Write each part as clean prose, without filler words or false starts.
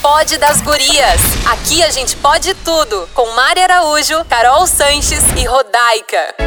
Pod das Gurias. Aqui a gente pode tudo. Com Mari Araújo, Carol Sanches e Rodaica.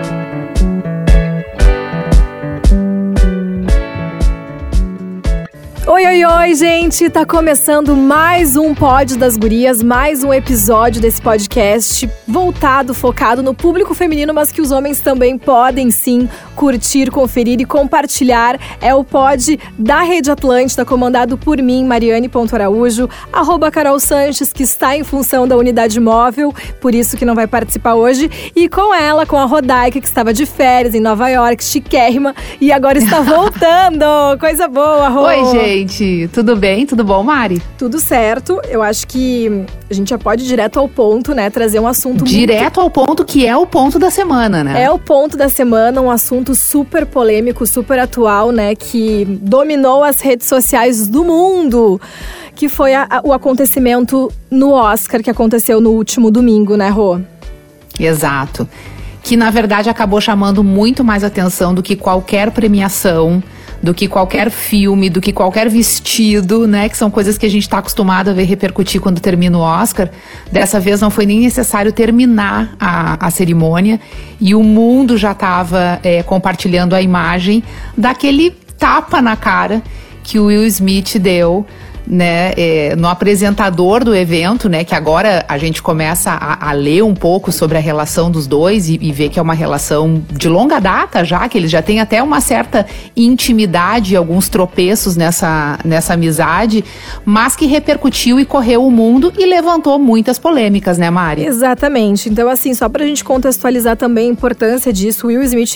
Oi, gente! Tá começando mais um Pod das Gurias, mais um episódio desse podcast voltado, focado no público feminino, mas que os homens também podem sim curtir, conferir e compartilhar. É o Pod da Rede Atlântida, comandado por mim, Mariane.Araújo, @Carol Sanches, que está em função da unidade móvel, por isso que não vai participar hoje, e com ela, com a Rodaica, que estava de férias em Nova York, chiquérrima, e agora está voltando! Coisa boa, Rô! Oi, gente! Tudo bem? Tudo bom, Mari? Tudo certo. Eu acho que a gente já pode ir direto ao ponto, né? Trazer um assunto direto ao ponto, que é o ponto da semana, né? É o ponto da semana, um assunto super polêmico, super atual, né? Que dominou as redes sociais do mundo. Que foi o acontecimento no Oscar, que aconteceu no último domingo, né, Rô? Exato. Que, na verdade, acabou chamando muito mais atenção do que qualquer premiação, do que qualquer filme, do que qualquer vestido, né? Que são coisas que a gente tá acostumado a ver repercutir quando termina o Oscar. Dessa vez não foi nem necessário terminar a cerimônia e o mundo já tava compartilhando a imagem daquele tapa na cara que o Will Smith deu, né, no apresentador do evento, né, que agora a gente começa a ler um pouco sobre a relação dos dois e ver que é uma relação de longa data já, que eles já têm até uma certa intimidade, alguns tropeços nessa amizade, mas que repercutiu e correu o mundo e levantou muitas polêmicas, né, Mari? Exatamente. Então, assim, só pra gente contextualizar também a importância disso, o Will Smith,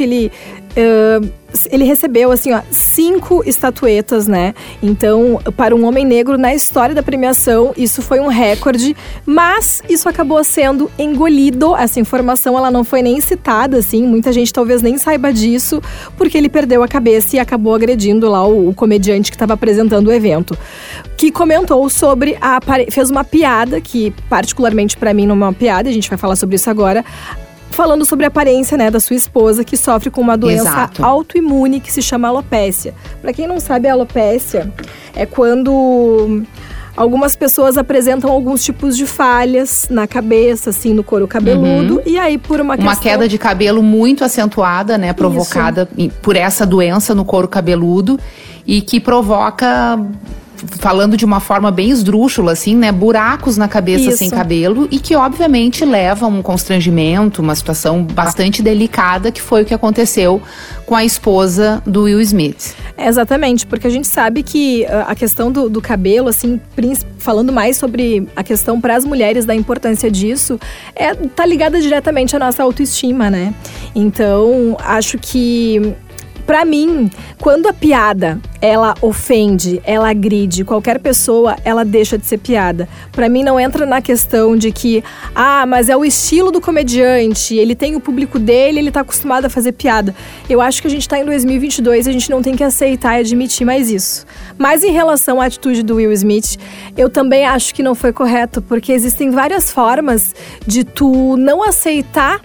ele recebeu, assim, 5 estatuetas, né? Então, para um homem negro na história da premiação, isso foi um recorde, mas isso acabou sendo engolido. Essa informação, ela não foi nem citada, assim, muita gente talvez nem saiba disso, porque ele perdeu a cabeça e acabou agredindo lá o comediante que estava apresentando o evento, que comentou sobre fez uma piada, que particularmente para mim não é uma piada, a gente vai falar sobre isso agora, falando sobre a aparência, né, da sua esposa, que sofre com uma doença autoimune que se chama alopécia. Para quem não sabe, a alopécia é quando algumas pessoas apresentam alguns tipos de falhas na cabeça, assim, no couro cabeludo, e aí por uma queda de cabelo muito acentuada, né, provocada por essa doença no couro cabeludo e que provoca, falando de uma forma bem esdrúxula, assim, né, buracos na cabeça sem cabelo e que obviamente leva a um constrangimento, uma situação bastante delicada, que foi o que aconteceu com a esposa do Will Smith. Exatamente, porque a gente sabe que a questão do cabelo, assim, falando mais sobre a questão para as mulheres da importância disso, tá ligada diretamente à nossa autoestima, né? Então, acho que, pra mim, quando a piada, ela ofende, ela agride qualquer pessoa, ela deixa de ser piada. Pra mim não entra na questão de que, mas é o estilo do comediante, ele tem o público dele, ele tá acostumado a fazer piada. Eu acho que a gente tá em 2022 e a gente não tem que aceitar e admitir mais isso. Mas em relação à atitude do Will Smith, eu também acho que não foi correto, porque existem várias formas de tu não aceitar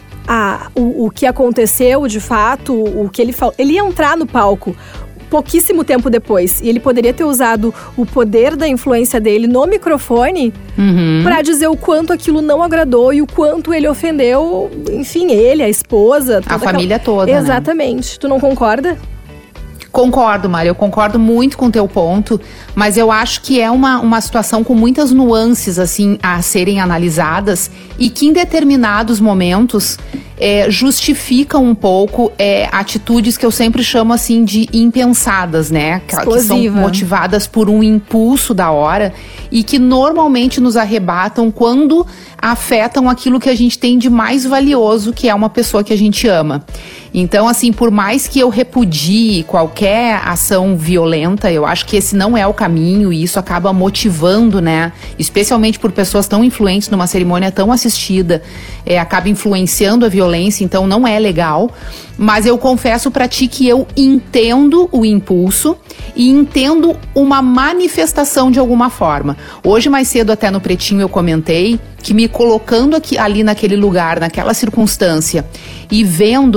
o que aconteceu de fato, o que ele falou. Ele ia entrar no palco pouquíssimo tempo depois, e ele poderia ter usado o poder da influência dele no microfone pra dizer o quanto aquilo não agradou e o quanto ele ofendeu, enfim, ele, a esposa, a família toda. Exatamente. Né? Tu não concorda? Concordo, Mari, eu concordo muito com o teu ponto, mas eu acho que é uma situação com muitas nuances, assim, a serem analisadas e que em determinados momentos justificam um pouco atitudes que eu sempre chamo, assim, de impensadas, né? Que são motivadas por um impulso da hora e que normalmente nos arrebatam quando afetam aquilo que a gente tem de mais valioso, que é uma pessoa que a gente ama. Então, assim, por mais que eu repudie qualquer ação violenta, eu acho que esse não é o caminho e isso acaba motivando, né? Especialmente por pessoas tão influentes numa cerimônia tão assistida, acaba influenciando a violência, então não é legal. Mas eu confesso pra ti que eu entendo o impulso e entendo uma manifestação de alguma forma. Hoje, mais cedo, até no Pretinho, eu comentei que me colocando ali naquele lugar, naquela circunstância e vendo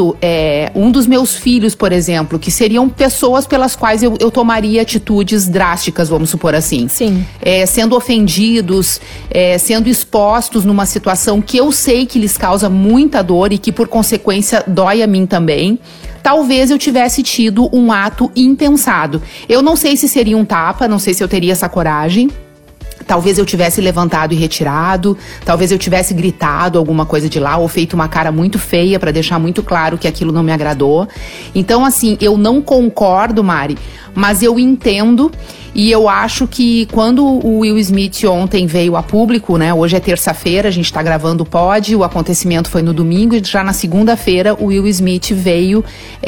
um dos meus filhos, por exemplo, que seriam pessoas pelas quais eu tomaria atitudes drásticas, vamos supor assim. Sim. Sendo ofendidos, sendo expostos numa situação que eu sei que lhes causa muita dor e que, por consequência, dói a mim também. Talvez eu tivesse tido um ato impensado. Eu não sei se seria um tapa, não sei se eu teria essa coragem. Talvez eu tivesse levantado e retirado, talvez eu tivesse gritado alguma coisa de lá ou feito uma cara muito feia para deixar muito claro que aquilo não me agradou. Então, assim, eu não concordo, Mari, mas eu entendo e eu acho que quando o Will Smith ontem veio a público, né? Hoje é terça-feira, a gente tá gravando o pod, o acontecimento foi no domingo e já na segunda-feira o Will Smith veio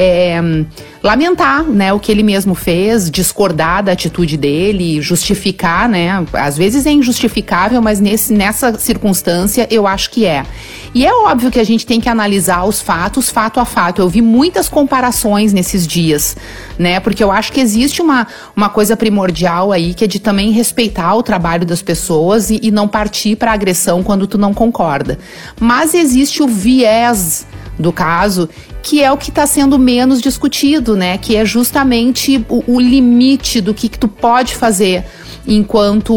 lamentar, né? O que ele mesmo fez, discordar da atitude dele, justificar, né? Às vezes é injustificável, mas nessa circunstância eu acho que é. E é óbvio que a gente tem que analisar os fatos, fato a fato. Eu vi muitas comparações nesses dias, né? Porque eu acho que existe uma coisa primordial aí, que é de também respeitar o trabalho das pessoas e não partir para agressão quando tu não concorda. Mas existe o viés do caso, que é o que está sendo menos discutido, né? Que é justamente o limite do que tu pode fazer enquanto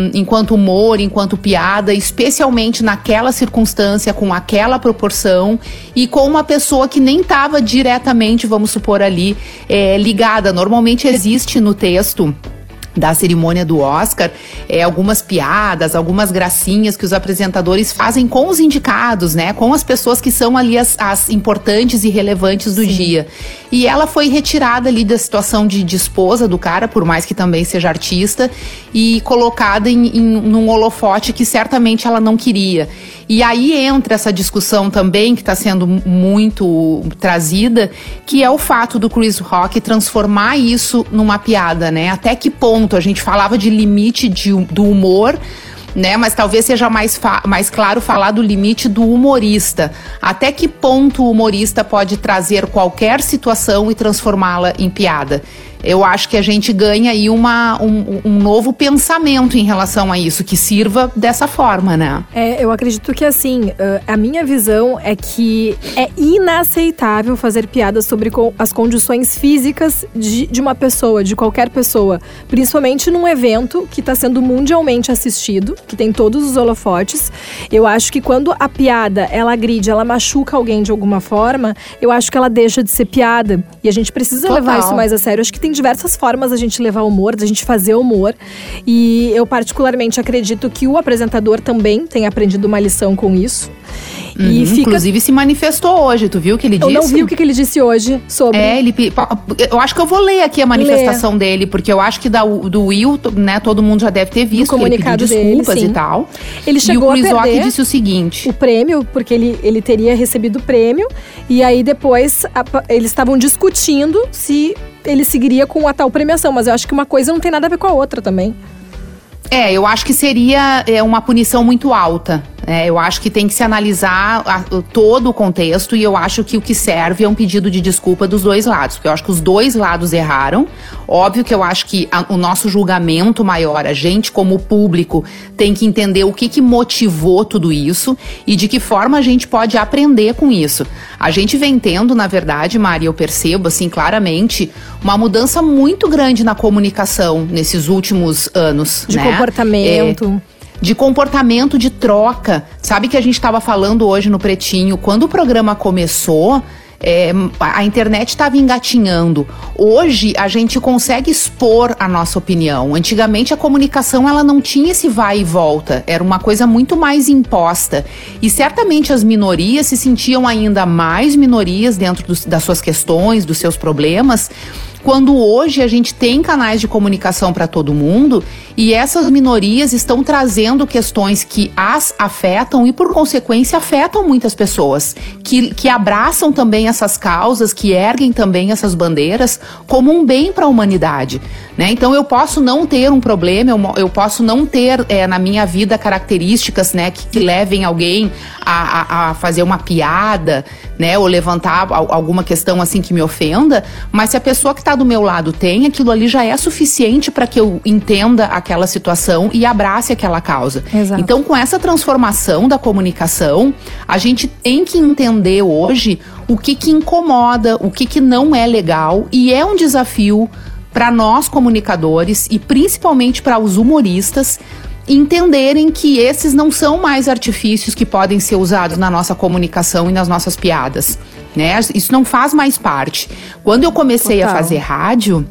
humor, enquanto piada, especialmente naquela circunstância, com aquela proporção e com uma pessoa que nem estava diretamente, vamos supor ali, ligada. Normalmente existe no texto da cerimônia do Oscar, algumas piadas, algumas gracinhas que os apresentadores fazem com os indicados, né? Com as pessoas que são ali as importantes e relevantes do dia. E ela foi retirada ali da situação de esposa do cara, por mais que também seja artista, e colocada num holofote que certamente ela não queria. E aí entra essa discussão também, que está sendo muito trazida, que é o fato do Chris Rock transformar isso numa piada, né? Até que ponto? A gente falava de limite do humor, né? Mas talvez seja mais claro falar do limite do humorista. Até que ponto o humorista pode trazer qualquer situação e transformá-la em piada? Eu acho que a gente ganha aí um novo pensamento em relação a isso, que sirva dessa forma, né? Eu acredito que, assim, a minha visão é que é inaceitável fazer piadas sobre as condições físicas de uma pessoa, de qualquer pessoa. Principalmente num evento que está sendo mundialmente assistido, que tem todos os holofotes. Eu acho que quando a piada, ela agride, ela machuca alguém de alguma forma, eu acho que ela deixa de ser piada. E a gente precisa levar isso mais a sério. Eu acho que tem diversas formas da gente levar humor, da gente fazer humor. E eu particularmente acredito que o apresentador também tem aprendido uma lição com isso. E inclusive se manifestou hoje, tu viu o que ele disse? Eu não vi o que ele disse hoje sobre... eu acho que eu vou ler aqui a manifestação dele, porque eu acho que do Will, né, todo mundo já deve ter visto, que ele pediu desculpas dele, e tal. Ele chegou a perder. E o Chris Rock disse o seguinte... o prêmio, porque ele teria recebido o prêmio, e aí depois eles estavam discutindo se ele seguiria com a tal premiação, mas eu acho que uma coisa não tem nada a ver com a outra também. Eu acho que seria uma punição muito alta. Eu acho que tem que se analisar todo o contexto, e eu acho que o que serve é um pedido de desculpa dos dois lados, porque eu acho que os dois lados erraram. Óbvio que eu acho que o nosso julgamento maior, a gente como público, tem que entender o que motivou tudo isso e de que forma a gente pode aprender com isso. A gente vem tendo, na verdade, Mari, eu percebo assim claramente, uma mudança muito grande na comunicação nesses últimos anos. De comportamento. De comportamento, de troca. Sabe que a gente estava falando hoje no Pretinho, quando o programa começou, a internet estava engatinhando. Hoje a gente consegue expor a nossa opinião. Antigamente a comunicação ela não tinha esse vai e volta, era uma coisa muito mais imposta. E certamente as minorias se sentiam ainda mais minorias dentro das suas questões, dos seus problemas, quando hoje a gente tem canais de comunicação para todo mundo e essas minorias estão trazendo questões que as afetam e, por consequência, afetam muitas pessoas, que abraçam também essas causas, que erguem também essas bandeiras como um bem para a humanidade, né? Então eu posso não ter um problema, eu posso não ter na minha vida características, né, que levem alguém a fazer uma piada, né, ou levantar alguma questão assim que me ofenda, mas se a pessoa que está do meu lado tem, aquilo ali já é suficiente para que eu entenda aquela situação e abrace aquela causa. Exato. Então, com essa transformação da comunicação, a gente tem que entender hoje o que incomoda, o que não é legal, e é um desafio para nós comunicadores e principalmente para os humoristas entenderem que esses não são mais artifícios que podem ser usados na nossa comunicação e nas nossas piadas, né? Isso não faz mais parte. Quando eu comecei a fazer rádio,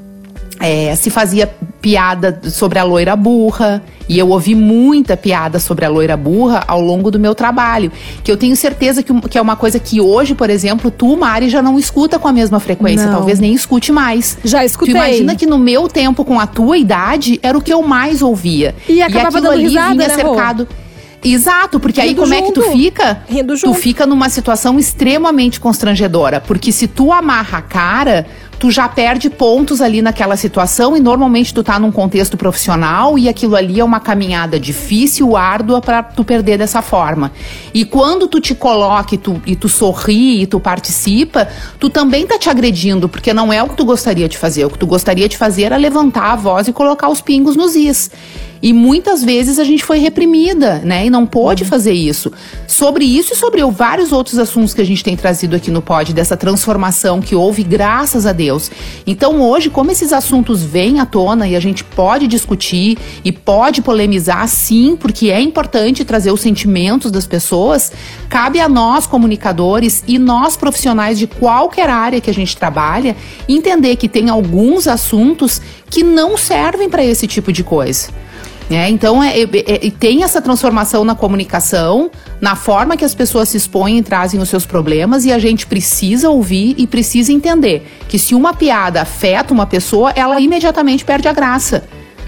se fazia piada sobre a loira burra, e eu ouvi muita piada sobre a loira burra ao longo do meu trabalho, que eu tenho certeza que é uma coisa que hoje, por exemplo, tu, Mari, já não escuta com a mesma frequência, não. Talvez nem escute mais. Já escutei. Tu imagina que no meu tempo, com a tua idade, era o que eu mais ouvia. E acabava dando risada, vinha né, cercado... Exato, porque aí como é que tu fica? Rindo junto. Tu fica numa situação extremamente constrangedora, porque se tu amarra a cara, tu já perde pontos ali naquela situação e normalmente tu tá num contexto profissional e aquilo ali é uma caminhada difícil, árdua pra tu perder dessa forma. E quando tu te coloca e tu sorri e tu participa, tu também tá te agredindo, porque não é o que tu gostaria de fazer. O que tu gostaria de fazer era levantar a voz e colocar os pingos nos is. E muitas vezes a gente foi reprimida, né? E não pôde fazer isso. Sobre isso e sobre vários outros assuntos que a gente tem trazido aqui no Pod, dessa transformação que houve, graças a Deus. Então hoje, como esses assuntos vêm à tona e a gente pode discutir e pode polemizar, sim, porque é importante trazer os sentimentos das pessoas, cabe a nós, comunicadores, e nós, profissionais de qualquer área que a gente trabalha, entender que tem alguns assuntos que não servem para esse tipo de coisa. Então, tem essa transformação na comunicação, na forma que as pessoas se expõem e trazem os seus problemas, e a gente precisa ouvir e precisa entender que se uma piada afeta uma pessoa, ela imediatamente perde a graça.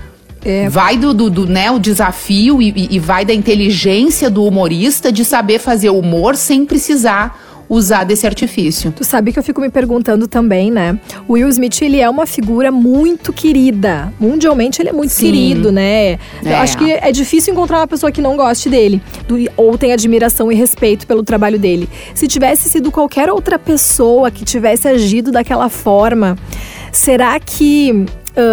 Vai o desafio e vai da inteligência do humorista de saber fazer humor sem precisar usar desse artifício. Tu sabe que eu fico me perguntando também, né? O Will Smith, ele é uma figura muito querida. Mundialmente, ele é muito querido, né? Eu acho que é difícil encontrar uma pessoa que não goste dele. Ou tenha admiração e respeito pelo trabalho dele. Se tivesse sido qualquer outra pessoa que tivesse agido daquela forma, será que...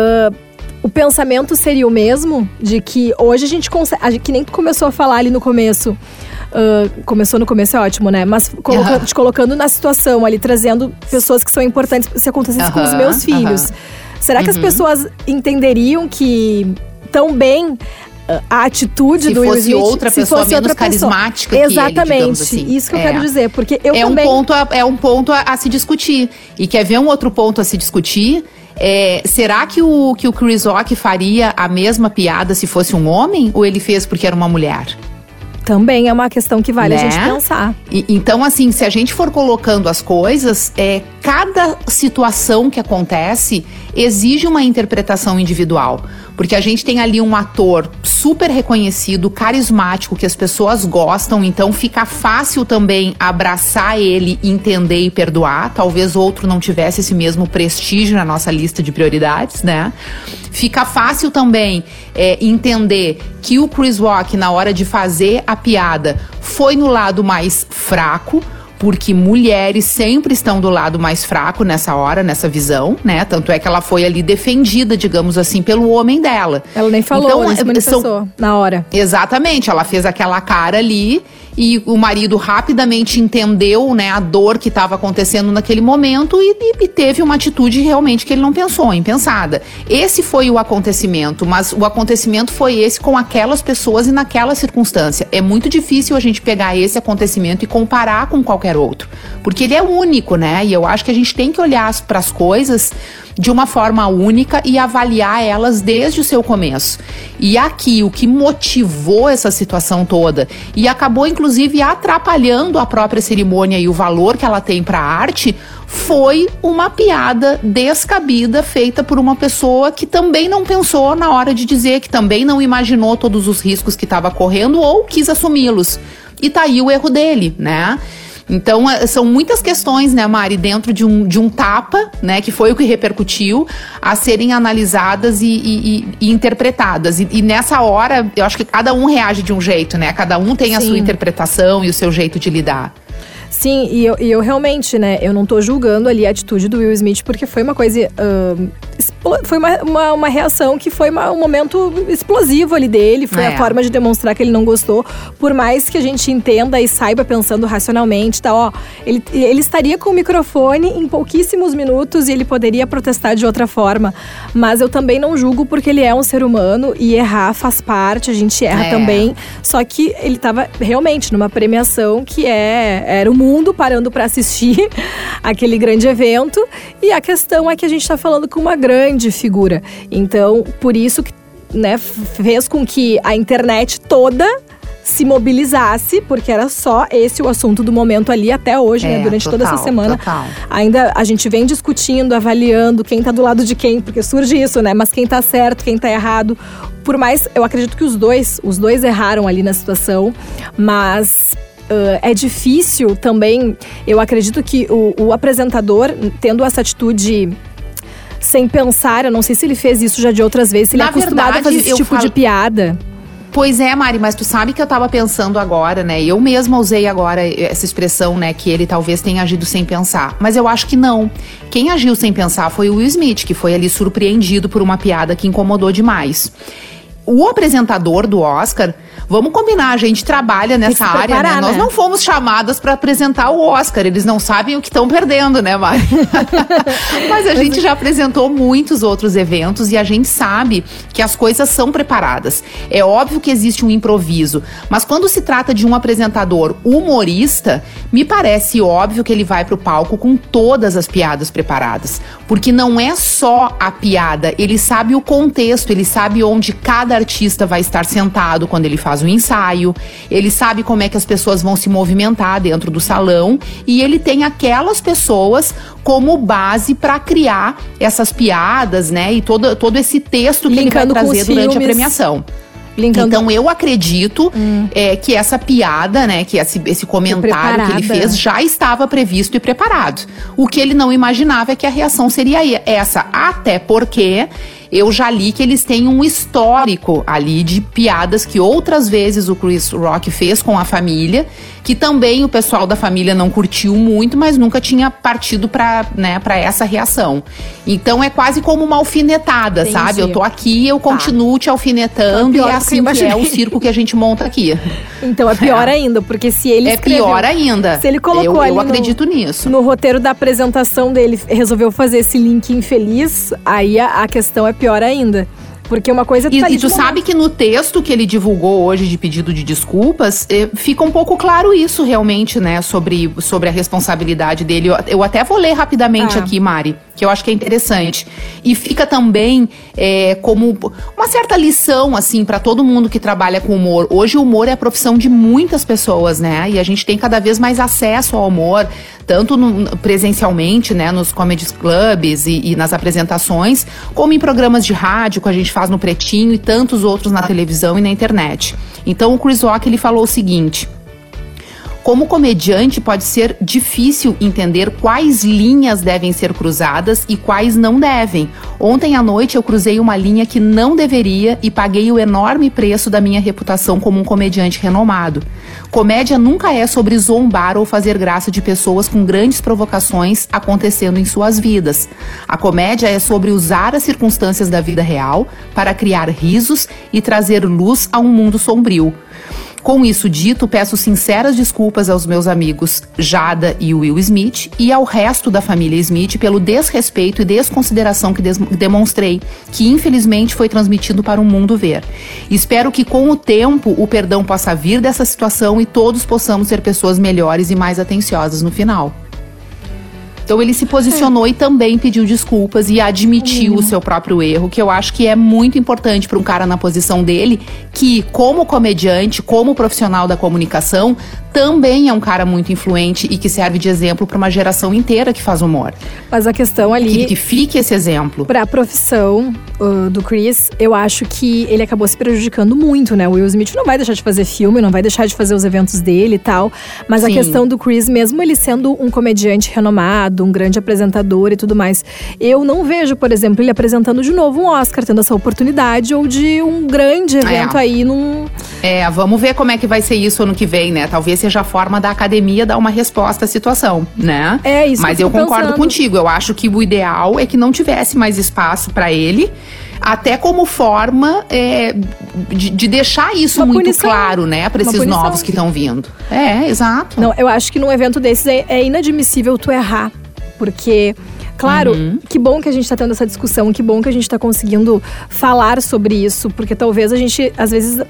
o pensamento seria o mesmo? De que hoje a gente consegue... Que nem tu começou a falar ali no começo... começou no começo, é ótimo, né? Mas te colocando na situação ali, trazendo pessoas que são importantes. Se acontecesse com os meus filhos, será que as pessoas entenderiam que tão bem a atitude do Will Smith, se fosse outra pessoa menos carismática que ele, digamos assim. Isso que eu quero dizer, porque eu também... É um ponto a se discutir. E quer ver um outro ponto a se discutir? Será que o Chris Rock faria a mesma piada se fosse um homem? Ou ele fez porque era uma mulher? Também é uma questão que vale a gente pensar. Então, assim, se a gente for colocando as coisas, cada situação que acontece exige uma interpretação individual. Porque a gente tem ali um ator super reconhecido, carismático, que as pessoas gostam, então fica fácil também abraçar ele, entender e perdoar. Talvez outro não tivesse esse mesmo prestígio na nossa lista de prioridades, né? Fica fácil também entender que o Chris Rock, na hora de fazer a piada, foi no lado mais fraco, porque mulheres sempre estão do lado mais fraco nessa hora, nessa visão, né? Tanto é que ela foi ali defendida, digamos assim, pelo homem dela. Ela nem falou, então, ela se manifestou na hora. Exatamente, ela fez aquela cara ali e o marido rapidamente entendeu, né, a dor que estava acontecendo naquele momento e teve uma atitude realmente que ele não pensou, impensada. Esse foi o acontecimento, mas o acontecimento foi esse com aquelas pessoas e naquela circunstância. É muito difícil a gente pegar esse acontecimento e comparar com qualquer outro, porque ele é único, né? E eu acho que a gente tem que olhar para as coisas de uma forma única e avaliar elas desde o seu começo. E aqui, o que motivou essa situação toda e acabou, inclusive, atrapalhando a própria cerimônia e o valor que ela tem para a arte, foi uma piada descabida feita por uma pessoa que também não pensou na hora de dizer, que também não imaginou todos os riscos que estava correndo ou quis assumi-los. E tá aí o erro dele, né? Então, são muitas questões, né, Mari, dentro de um tapa, né, que foi o que repercutiu, a serem analisadas e interpretadas. E nessa hora, eu acho que cada um reage de um jeito, né? Cada um tem a sua interpretação e o seu jeito de lidar. Sim, e eu realmente, né, eu não tô julgando ali a atitude do Will Smith, porque foi uma coisa foi uma reação que foi um momento explosivo ali dele. Foi a forma de demonstrar que ele não gostou. Por mais que a gente entenda e saiba pensando racionalmente, tá? Ó, ele estaria com o microfone em pouquíssimos minutos e ele poderia protestar de outra forma. Mas eu também não julgo, porque ele é um ser humano e errar faz parte, a gente erra também. Só que ele estava realmente numa premiação que era o mundo parando para assistir aquele grande evento. E a questão é que a gente está falando com uma grande figura. Então, por isso que, né, fez com que a internet toda se mobilizasse, porque era só esse o assunto do momento ali até hoje, né? Durante toda essa semana. Ainda a gente vem discutindo, avaliando quem tá do lado de quem, porque surge isso, né? Mas quem tá certo, quem tá errado. Por mais, eu acredito que os dois erraram ali na situação, mas é difícil também. Eu acredito que o apresentador, tendo essa atitude sem pensar, eu não sei se ele fez isso já de outras vezes, se ele é acostumado a fazer esse tipo de piada. Pois é, Mari, mas tu sabe que eu tava pensando agora, né? Eu mesma usei agora essa expressão, né? Que ele talvez tenha agido sem pensar. Mas eu acho que não. Quem agiu sem pensar foi o Will Smith, que foi ali surpreendido por uma piada que incomodou demais. O apresentador do Oscar, vamos combinar, a gente trabalha nessa área, né? Nós não fomos chamadas para apresentar o Oscar, eles não sabem o que estão perdendo, né, Mari? Mas a gente já apresentou muitos outros eventos e a gente sabe que as coisas são preparadas. É óbvio que existe um improviso, mas quando se trata de um apresentador humorista, me parece óbvio que ele vai pro palco com todas as piadas preparadas, porque não é só a piada, ele sabe o contexto, ele sabe onde cada artista vai estar sentado quando ele faz o ensaio, ele sabe como é que as pessoas vão se movimentar dentro do salão e ele tem aquelas pessoas como base para criar essas piadas, né? E todo esse texto que ele vai trazer durante a premiação. Então eu acredito que essa piada, né, que esse comentário que ele fez já estava previsto e preparado. O que ele não imaginava é que a reação seria essa, até porque eu já li que eles têm um histórico ali de piadas que outras vezes o Chris Rock fez com a família, que também o pessoal da família não curtiu muito, mas nunca tinha partido pra essa reação. Então é quase como uma alfinetada, sabe? Eu tô aqui e eu continuo te alfinetando, e é assim que é o circo que a gente monta aqui. Então é pior ainda, porque se ele escreveu, pior ainda. Se ele colocou eu acredito nisso. No roteiro da apresentação dele, resolveu fazer esse link infeliz, aí a questão é pior ainda. Porque uma coisa E tu sabe que no texto que ele divulgou hoje de pedido de desculpas, fica um pouco claro isso realmente, né? Sobre a responsabilidade dele. Eu até vou ler rapidamente aqui, Mari, que eu acho que é interessante. E fica também como uma certa lição, assim, para todo mundo que trabalha com humor. Hoje o humor é a profissão de muitas pessoas, né? E a gente tem cada vez mais acesso ao humor, tanto presencialmente, né? Nos comedy clubs e nas apresentações, como em programas de rádio, que a gente faz no Pretinho e tantos outros na televisão e na internet. Então o Chris Rock, ele falou o seguinte: como comediante, pode ser difícil entender quais linhas devem ser cruzadas e quais não devem. Ontem à noite eu cruzei uma linha que não deveria e paguei o enorme preço da minha reputação como um comediante renomado. Comédia nunca é sobre zombar ou fazer graça de pessoas com grandes provocações acontecendo em suas vidas. A comédia é sobre usar as circunstâncias da vida real para criar risos e trazer luz a um mundo sombrio. Com isso dito, peço sinceras desculpas aos meus amigos Jada e Will Smith e ao resto da família Smith pelo desrespeito e desconsideração que demonstrei, que infelizmente foi transmitido para o mundo ver. Espero que com o tempo o perdão possa vir dessa situação e todos possamos ser pessoas melhores e mais atenciosas no final. Então ele se posicionou e também pediu desculpas e admitiu o seu próprio erro, que eu acho que é muito importante para um cara na posição dele, que como comediante, como profissional da comunicação, também é um cara muito influente e que serve de exemplo para uma geração inteira que faz humor. Mas a questão ali... Que fique esse exemplo. Para a profissão do Chris, eu acho que ele acabou se prejudicando muito, né? O Will Smith não vai deixar de fazer filme, não vai deixar de fazer os eventos dele e tal. Mas a questão do Chris, mesmo ele sendo um comediante renomado, um grande apresentador e tudo mais, eu não vejo, por exemplo, ele apresentando de novo um Oscar, tendo essa oportunidade, ou de um grande evento aí Vamos ver como é que vai ser isso ano que vem, né? Talvez seja a forma da academia dar uma resposta à situação, né? Isso. Mas eu concordo contigo. Eu acho que o ideal é que não tivesse mais espaço para ele, até como forma de deixar isso muito punição, claro, né? Para esses novos que estão vindo. Exato. Não, eu acho que num evento desses é inadmissível tu errar. Porque, claro, que bom que a gente tá tendo essa discussão, que bom que a gente tá conseguindo falar sobre isso. Porque talvez a gente, às vezes...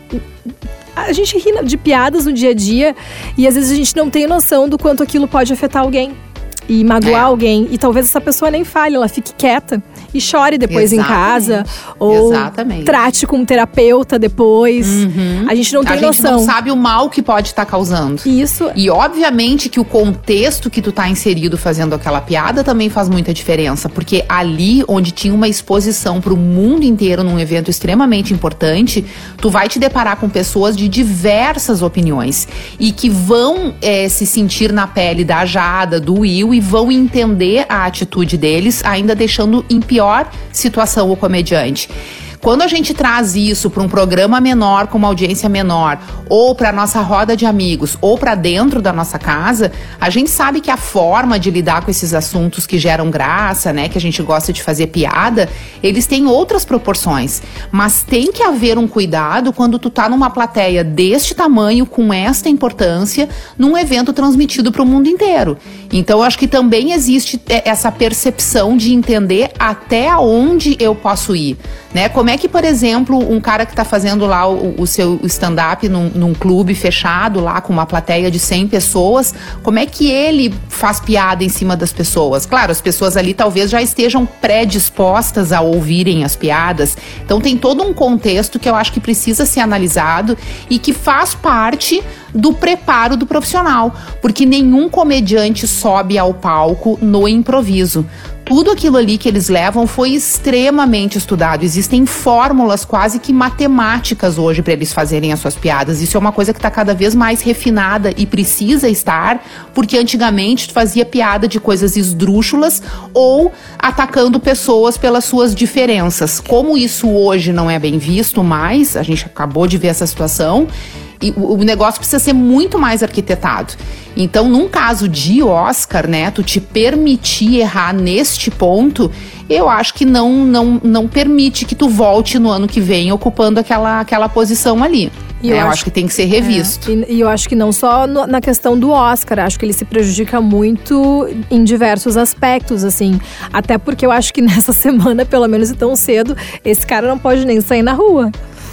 A gente ri de piadas no dia a dia e às vezes a gente não tem noção do quanto aquilo pode afetar alguém e magoar alguém. E talvez essa pessoa nem fale, ela fique quieta e chore depois em casa. Ou trate com um terapeuta depois. A gente não tem noção. A gente não sabe o mal que pode estar causando. Isso. E obviamente que o contexto que tu tá inserido fazendo aquela piada também faz muita diferença. Porque ali, onde tinha uma exposição pro mundo inteiro num evento extremamente importante, tu vai te deparar com pessoas de diversas opiniões. E que vão se sentir na pele da Jada, do Will, e vão entender a atitude deles, ainda deixando em pior situação o comediante. Quando a gente traz isso para um programa menor, com uma audiência menor, ou para nossa roda de amigos, ou para dentro da nossa casa, a gente sabe que a forma de lidar com esses assuntos que geram graça, né, que a gente gosta de fazer piada, eles têm outras proporções. Mas tem que haver um cuidado quando tu tá numa plateia deste tamanho, com esta importância, num evento transmitido para o mundo inteiro. Então, eu acho que também existe essa percepção de entender até onde eu posso ir, né? Como é que, por exemplo, um cara que tá fazendo lá o seu stand-up num clube fechado, lá com uma plateia de 100 pessoas, como é que ele faz piada em cima das pessoas? Claro, as pessoas ali talvez já estejam predispostas a ouvirem as piadas. Então tem todo um contexto que eu acho que precisa ser analisado e que faz parte do preparo do profissional, porque nenhum comediante sobe ao palco no improviso. Tudo aquilo ali que eles levam foi extremamente estudado. Existem fórmulas quase que matemáticas hoje para eles fazerem as suas piadas. Isso é uma coisa que está cada vez mais refinada e precisa estar, porque antigamente tu fazia piada de coisas esdrúxulas ou atacando pessoas pelas suas diferenças. Como isso hoje não é bem visto mais, a gente acabou de ver essa situação, e o negócio precisa ser muito mais arquitetado. Então, num caso de Oscar, né, tu te permitir errar neste ponto, eu acho que não permite que tu volte no ano que vem ocupando aquela posição ali. Eu acho que tem que ser revisto. E eu acho que não só na questão do Oscar, acho que ele se prejudica muito em diversos aspectos, assim. Até porque eu acho que nessa semana, pelo menos tão cedo, esse cara não pode nem sair na rua.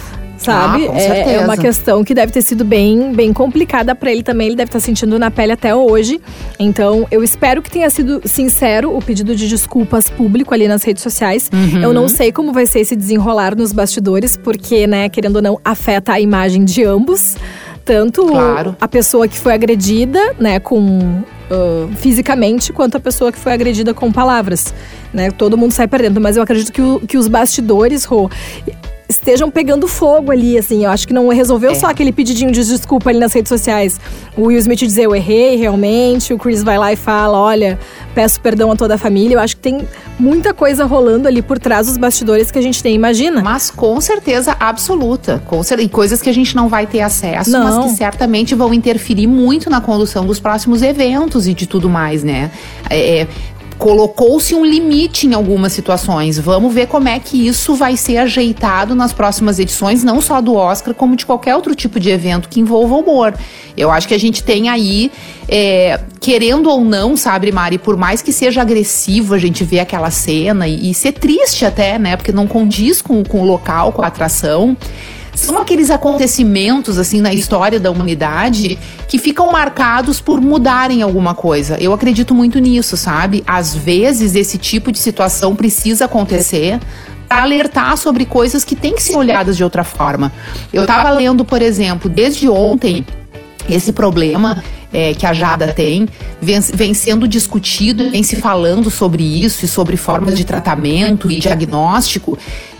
Sabe? Com certeza. É uma questão que deve ter sido bem complicada pra ele também. Ele deve estar sentindo na pele até hoje. Então, eu espero que tenha sido sincero o pedido de desculpas público ali nas redes sociais. Eu não sei como vai ser esse desenrolar nos bastidores, porque, né, querendo ou não, afeta a imagem de ambos. Tanto a pessoa que foi agredida, né, fisicamente, quanto a pessoa que foi agredida com palavras, né? Todo mundo sai perdendo. Mas eu acredito que os bastidores, Rô, estejam pegando fogo ali, assim. Eu acho que não resolveu só aquele pedidinho de desculpa ali nas redes sociais. O Will Smith dizer, eu errei, realmente. O Chris vai lá e fala, olha, peço perdão a toda a família. Eu acho que tem muita coisa rolando ali por trás dos bastidores que a gente nem imagina. Mas com certeza absoluta. E coisas que a gente não vai ter acesso, mas que certamente vão interferir muito na condução dos próximos eventos e de tudo mais, né? Colocou-se um limite em algumas situações. Vamos ver como é que isso vai ser ajeitado nas próximas edições, não só do Oscar, como de qualquer outro tipo de evento que envolva humor. Eu acho que a gente tem aí, querendo ou não, sabe, Mari, por mais que seja agressivo a gente ver aquela cena e ser triste até, né, porque não condiz com o local, com a atração. São aqueles acontecimentos, assim, na história da humanidade que ficam marcados por mudarem alguma coisa. Eu acredito muito nisso, sabe? Às vezes, esse tipo de situação precisa acontecer para alertar sobre coisas que têm que ser olhadas de outra forma. Eu estava lendo, por exemplo, desde ontem, esse problema que a Jada tem, vem sendo discutido, vem se falando sobre isso e sobre formas de tratamento e diagnóstico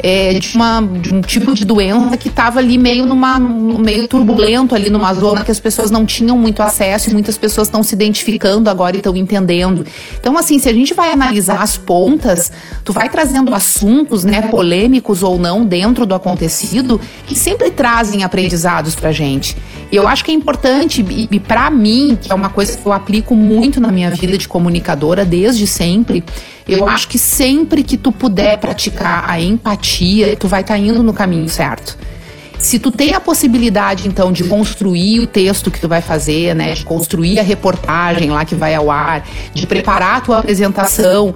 de um tipo de doença que estava ali meio turbulento, ali numa zona que as pessoas não tinham muito acesso e muitas pessoas estão se identificando agora e estão entendendo. Então, assim, se a gente vai analisar as pontas, tu vai trazendo assuntos, né, polêmicos ou não, dentro do acontecido, que sempre trazem aprendizados pra gente. E eu acho que é importante, e pra mim, que é uma coisa que eu aplico muito na minha vida de comunicadora desde sempre, eu acho que sempre que tu puder praticar a empatia, tu vai estar indo no caminho certo. Se tu tem a possibilidade, então, de construir o texto que tu vai fazer, né, de construir a reportagem lá que vai ao ar, de preparar a tua apresentação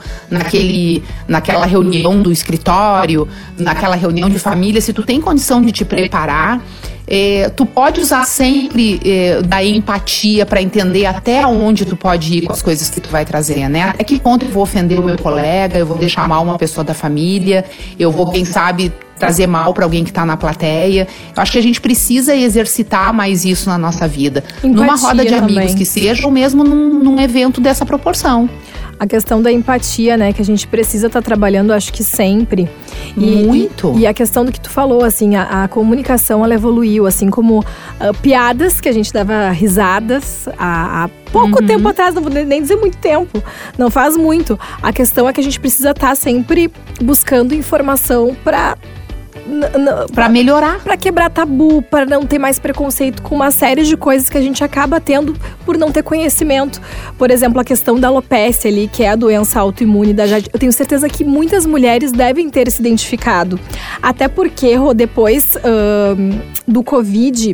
naquela reunião do escritório, naquela reunião de família, se tu tem condição de te preparar, tu pode usar sempre da empatia para entender até onde tu pode ir com as coisas que tu vai trazer, né? Até que ponto eu vou ofender o meu colega, eu vou deixar mal uma pessoa da família, eu vou, quem sabe, trazer mal para alguém que está na plateia. Eu acho que a gente precisa exercitar mais isso na nossa vida. Empatia numa roda de amigos também, que seja, ou mesmo num evento dessa proporção. A questão da empatia, né, que a gente precisa estar trabalhando, acho que sempre. Muito. E a questão do que tu falou, assim, a comunicação, ela evoluiu, assim como piadas que a gente dava risadas há pouco tempo atrás, não vou nem dizer muito tempo, não faz muito. A questão é que a gente precisa estar sempre buscando informação para melhorar, para quebrar tabu, para não ter mais preconceito com uma série de coisas que a gente acaba tendo por não ter conhecimento. Por exemplo, a questão da alopecia ali, que é a doença autoimune da Jade. Eu tenho certeza que muitas mulheres devem ter se identificado. Até porque, depois do Covid,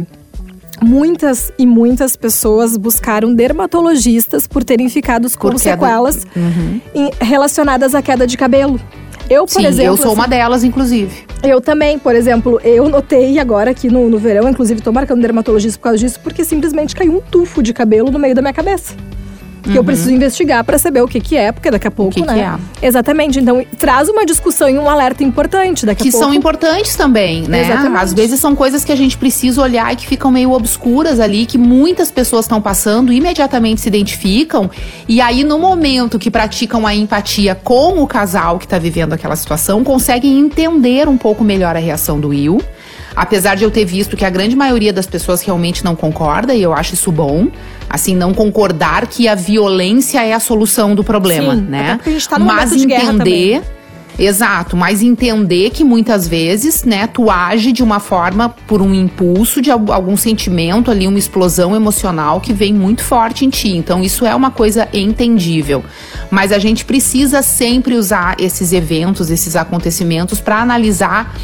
muitas pessoas buscaram dermatologistas por terem ficado com sequelas relacionadas à queda de cabelo. Eu, por exemplo, eu sou uma delas, inclusive. Eu também, por exemplo, eu notei agora aqui no verão, inclusive tô marcando dermatologista por causa disso, porque simplesmente caiu um tufo de cabelo no meio da minha cabeça. Que eu preciso investigar para saber o que é, porque daqui a pouco, né? Que é. Exatamente, então traz uma discussão e um alerta importante daqui a pouco. Que são importantes também, né? Exatamente. Às vezes são coisas que a gente precisa olhar e que ficam meio obscuras ali, que muitas pessoas estão passando, imediatamente se identificam, e aí no momento que praticam a empatia com o casal que tá vivendo aquela situação, conseguem entender um pouco melhor a reação do Will. Apesar de eu ter visto que a grande maioria das pessoas realmente não concorda, e eu acho isso bom, assim, não concordar que a violência é a solução do problema, né? Até porque a gente tá num momento de guerra também. Exato, mas entender que muitas vezes, né, tu age de uma forma por um impulso de algum sentimento ali, uma explosão emocional que vem muito forte em ti. Então isso é uma coisa entendível. Mas a gente precisa sempre usar esses eventos, esses acontecimentos para analisar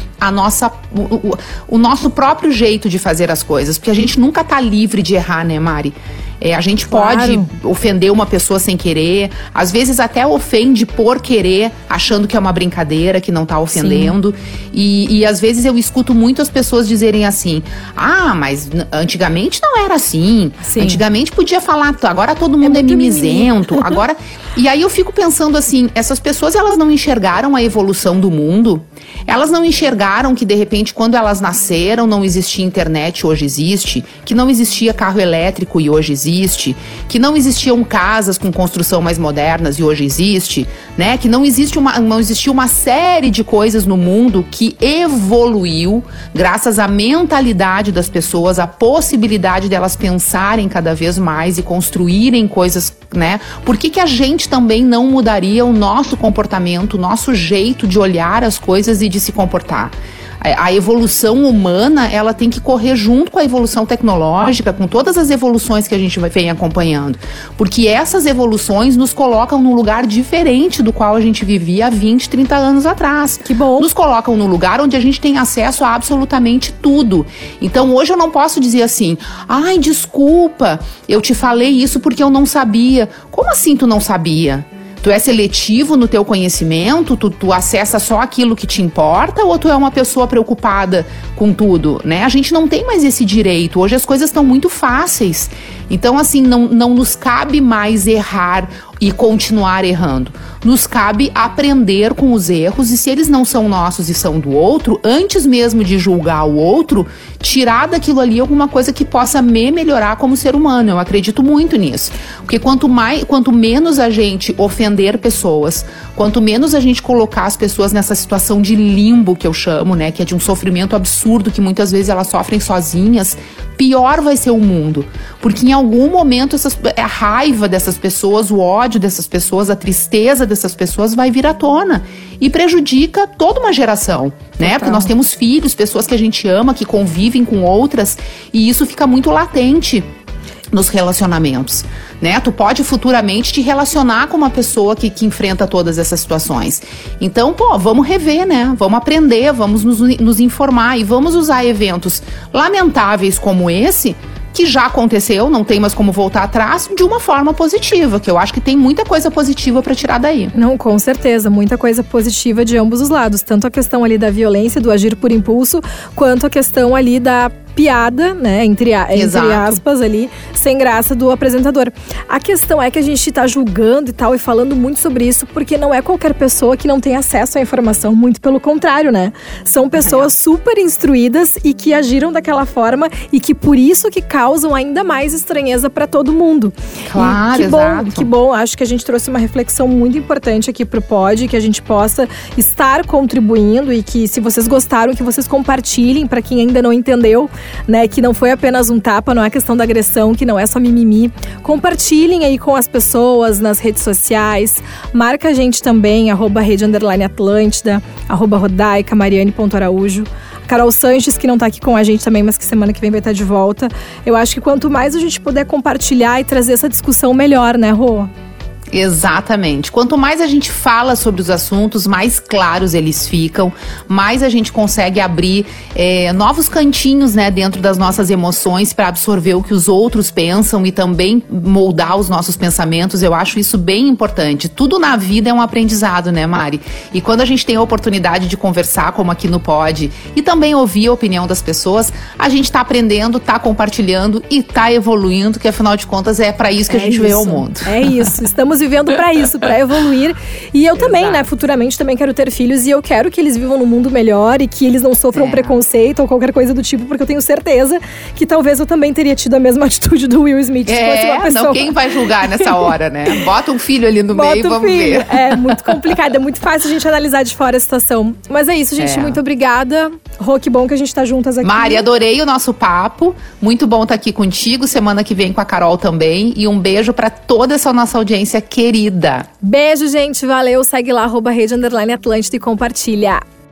o nosso próprio jeito de fazer as coisas. Porque a gente nunca tá livre de errar, né, Mari? A gente pode ofender uma pessoa sem querer, às vezes até ofende por querer, achando que é uma brincadeira, que não tá ofendendo. E às vezes eu escuto muitas pessoas dizerem assim: mas antigamente não era assim. Sim. Antigamente podia falar, agora todo mundo é mimizento. Agora. E aí eu fico pensando assim, essas pessoas, elas não enxergaram a evolução do mundo? Elas não enxergaram que de repente quando elas nasceram não existia internet, hoje existe, que não existia carro elétrico e hoje existe, que não existiam casas com construção mais modernas e hoje existe, né? Que não existia uma série de coisas no mundo que evoluiu graças à mentalidade das pessoas, à possibilidade delas pensarem cada vez mais e construírem coisas, né? Por que a gente também não mudaria o nosso comportamento, o nosso jeito de olhar as coisas e de se comportar? A evolução humana, ela tem que correr junto com a evolução tecnológica, com todas as evoluções que a gente vem acompanhando. Porque essas evoluções nos colocam num lugar diferente do qual a gente vivia há 20, 30 anos atrás. Que bom. Nos colocam num lugar onde a gente tem acesso a absolutamente tudo. Então hoje eu não posso dizer assim: desculpa, eu te falei isso porque eu não sabia. Como assim tu não sabia? Tu é seletivo no teu conhecimento? Tu acessa só aquilo que te importa? Ou tu é uma pessoa preocupada com tudo, né? A gente não tem mais esse direito. Hoje as coisas estão muito fáceis. Então, assim, não nos cabe mais errar e continuar errando. Nos cabe aprender com os erros e se eles não são nossos e são do outro, antes mesmo de julgar o outro, tirar daquilo ali alguma coisa que possa me melhorar como ser humano. Eu acredito muito nisso. Porque quanto menos a gente ofender pessoas, quanto menos a gente colocar as pessoas nessa situação de limbo que eu chamo, né, que é de um sofrimento absurdo que muitas vezes elas sofrem sozinhas, pior vai ser o mundo. Porque em algum momento a raiva dessas pessoas, o ódio dessas pessoas, a tristeza dessas pessoas vai vir à tona e prejudica toda uma geração, né? Porque nós temos filhos, pessoas que a gente ama, que convivem com outras, e isso fica muito latente nos relacionamentos, né? Tu pode futuramente te relacionar com uma pessoa que enfrenta todas essas situações. Então, vamos rever, né? Vamos aprender, vamos nos informar e vamos usar eventos lamentáveis como esse, que já aconteceu, não tem mais como voltar atrás, de uma forma positiva, que eu acho que tem muita coisa positiva para tirar daí. Não, com certeza, muita coisa positiva de ambos os lados, tanto a questão ali da violência, do agir por impulso, quanto a questão ali da piada, né, entre aspas ali, sem graça do apresentador. A questão é que a gente tá julgando e tal, e falando muito sobre isso, porque não é qualquer pessoa que não tem acesso à informação, muito pelo contrário, né? São pessoas super instruídas e que agiram daquela forma e que por isso que causam ainda mais estranheza para todo mundo. Claro, e que bom, acho que a gente trouxe uma reflexão muito importante aqui pro Pod, que a gente possa estar contribuindo e que se vocês gostaram, que vocês compartilhem para quem ainda não entendeu, né, que não foi apenas um tapa, não é questão da agressão, que não é só mimimi. Compartilhem aí com as pessoas nas redes sociais, marca a gente também, @rede_Atlântida, @Rodaica, Mariane.Araújo. Carol Sanches, que não tá aqui com a gente também, mas que semana que vem vai estar de volta. Eu acho que quanto mais a gente puder compartilhar e trazer essa discussão, melhor, né, Rô? Exatamente. Quanto mais a gente fala sobre os assuntos, mais claros eles ficam, mais a gente consegue abrir novos cantinhos, né, dentro das nossas emoções para absorver o que os outros pensam e também moldar os nossos pensamentos. Eu acho isso bem importante. Tudo na vida é um aprendizado, né, Mari? E quando a gente tem a oportunidade de conversar, como aqui no Pod, e também ouvir a opinião das pessoas, a gente tá aprendendo, tá compartilhando e tá evoluindo, que afinal de contas é para isso que a gente veio ao mundo. É isso. Estamos vivendo para isso, para evoluir. E eu também, né, futuramente também quero ter filhos e eu quero que eles vivam num mundo melhor e que eles não sofram preconceito ou qualquer coisa do tipo, porque eu tenho certeza que talvez eu também teria tido a mesma atitude do Will Smith se fosse uma pessoa. Não, quem vai julgar nessa hora, né? Bota um filho ali no meio e vamos ver. É muito complicado, é muito fácil a gente analisar de fora a situação. Mas é isso, gente, muito obrigada. Rô, que bom que a gente tá juntas aqui. Mari, adorei o nosso papo, muito bom estar aqui contigo, semana que vem com a Carol também, e um beijo para toda essa nossa audiência querida. Beijo, gente. Valeu. Segue lá, @Rede_Atlântida e compartilha.